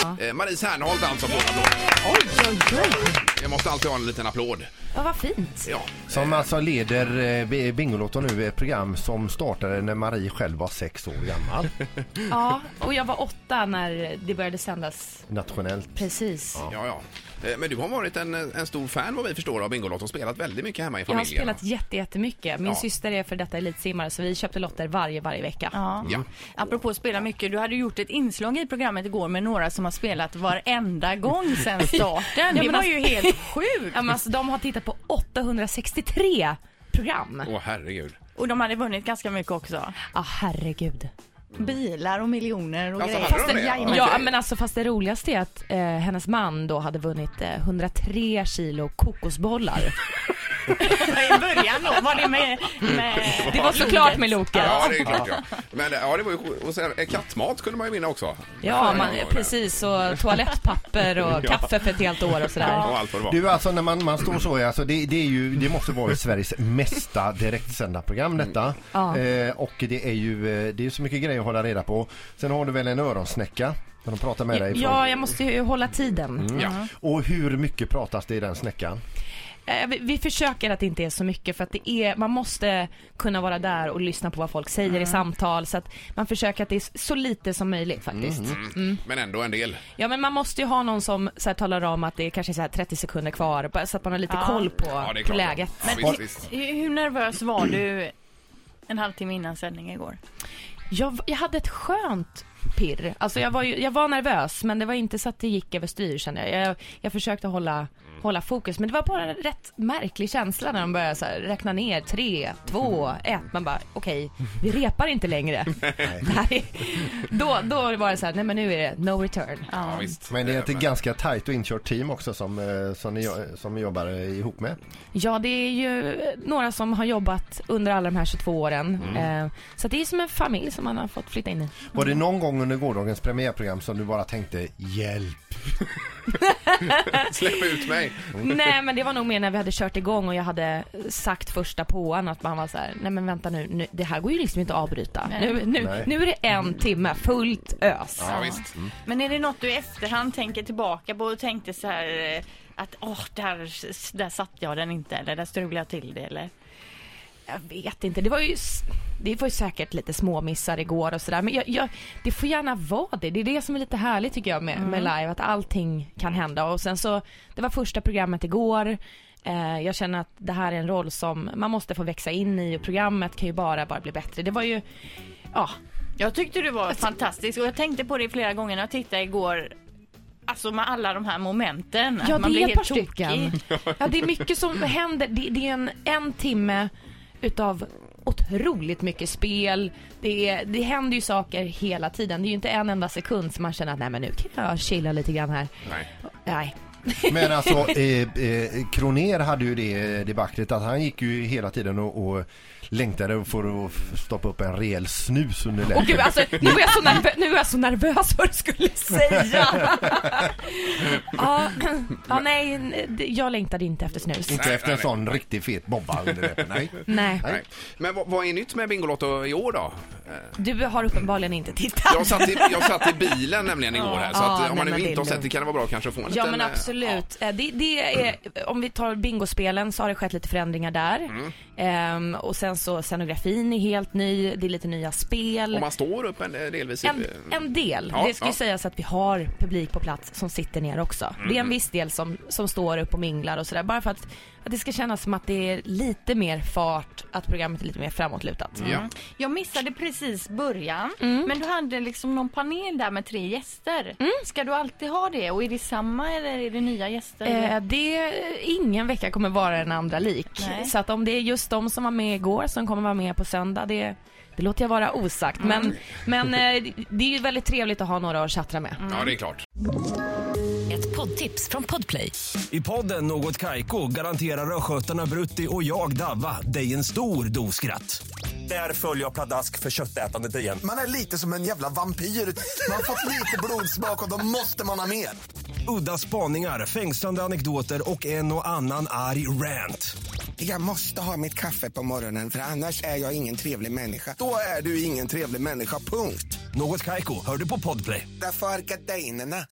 Marie Serneholt alltså på applåd. Jag måste alltid ha en liten applåd. Ja, vad fint. Ja. Som alltså leder Bingolotto nu, ett program som startade när Marie själv var 6 år gammal. Ja, och jag var 8 när det började sändas. Nationellt. Precis. Ja. Men du har varit en stor fan vad vi förstår av Bingolotto och spelat väldigt mycket hemma i familjen. Jag har spelat jättemycket. Min syster är för detta eltsimmare så vi köpte lotter varje vecka. Ja. Apropå att spela mycket, du hade gjort ett inslag i programmet igår med några som har spelat varenda gång sedan starten. Det var ju helt sjukt. Ja, men alltså, de har tittat på 863 program. Herregud. Och de hade vunnit ganska mycket också. Ja, herregud. Bilar och miljoner och Alltså, grejer. Ja, men alltså fast det roligaste är att hennes man då hade vunnit 103 kilo kokosbollar. I början då var det med det var såklart med Loke. Ja, det är klart, ja. Men det var ju, och sen kattmat kunde man ju vinna också. Ja, precis, och toalettpapper och kaffe för ett helt år och sådär. Och allt vad det var. Du, alltså när man står så, alltså, det måste vara Sveriges mesta direktsända program detta. Och det är ju så mycket grejer att hålla reda på. Sen har du väl en öronsnäcka när de pratar med dig. Ja, jag måste ju hålla tiden. Ja. Och hur mycket pratas det i den snäckan? Vi försöker att det inte är så mycket för att man måste kunna vara där och lyssna på vad folk säger i samtal, så att man försöker att det är så lite som möjligt faktiskt. Men ändå en del. Ja, men man måste ju ha någon som så här, talar om att det är kanske så här 30 sekunder kvar så att man har lite koll på läget. Ja, visst. Hur nervös var du en halvtimme innan sändning igår? Jag hade ett skönt pirr. Alltså jag var nervös, men det var inte så att det gick över styr, kände jag. Jag försökte hålla fokus, men det var bara en rätt märklig känsla när de började så här, räkna ner 3, 2, 1. Man bara, okej, vi repar inte längre. Då var det så här, nej men nu är det no return. Ja, visst. Men det är ett ganska tajt och inkört team också som ni jobbar ihop med. Ja, det är ju några som har jobbat under alla de här 22 åren. Så det är som en familj som man har fått flytta in i. Var det någon gång under gårdagens premiärprogram som du bara tänkte, hjälp? Släpp ut mig. Nej, men det var nog mer när vi hade kört igång och jag hade sagt första påan att man var så här, nej men vänta nu, det här går ju liksom inte att avbryta. Nu är det 1 timme fullt ös. Ja, visst. Men är det något du i efterhand tänker tillbaka på och tänkte så här att där satt jag den inte, eller där strulade jag till det, eller? Jag vet inte, det var ju säkert lite småmissar igår och sådär, men det får gärna vara det. Det är det som är lite härligt tycker jag med live, att allting kan hända. Och sen så, det var första programmet igår. Jag känner att det här är en roll som man måste få växa in i, och programmet kan ju bara bli bättre. Det var ju, jag tyckte du var fantastisk, och jag tänkte på det flera gånger när jag tittade igår. Alltså med alla de här momenten. Ja, man det är blir ett par helt stycken. Ja, det är mycket som händer. Det är en timme utav otroligt mycket spel. Det händer ju saker hela tiden. Det är ju inte en enda sekund som man känner att nej, men nu kan jag chilla lite grann här. Nej. Men alltså Kroner hade ju det debaclet att han gick ju hela tiden och längtade för att stoppa upp en rejäl snus under läppen. Och gud, alltså, nu är jag så nervös vad du skulle säga. Nej, jag längtade inte efter snus. Inte efter en sån riktigt fet bobba under läppen, nej. Men vad är nytt med Bingolotto i år då? Du har uppenbarligen inte tittat. Jag satt i bilen nämligen igår här, så att om man nu inte har sett det kan det vara bra kanske att få en liten... Ja, men absolut. Det är, om vi tar bingospelen så har det skett lite förändringar där. Och sen så scenografin är helt ny, det är lite nya spel. Och man står upp delvis en del. Det ska ju sägas att vi har publik på plats som sitter ner också. Det är en viss del som står upp och minglar och sådär, bara för att det ska kännas som att det är lite mer fart, att programmet är lite mer framåtlutat. Jag missade precis början, men du hade liksom någon panel där med 3 gäster. Ska du alltid ha det? Och är det samma eller är det nya gäster? Ingen vecka kommer vara en andra lik. Nej. Så att om det är just de som var med igår som kommer vara med på söndag, det låter jag vara osagt. Men det är ju väldigt trevligt att ha några att chattra med. Ja, det är klart. Ett poddtips från Podplay. I podden Något Kaiko garanterar röskötarna Brutti och jag Davva dig en stor doskratt. Där följer jag pladask för köttätandet igen. Man är lite som en jävla vampyr. Man har fått lite blodsmak och då måste man ha mer. Udda spaningar, fängslande anekdoter och en och annan arg rant. Jag måste ha mitt kaffe på morgonen för annars är jag ingen trevlig människa. Då är du ingen trevlig människa, punkt. Något Kaiko, hör du på Podplay. Därför är gardinerna.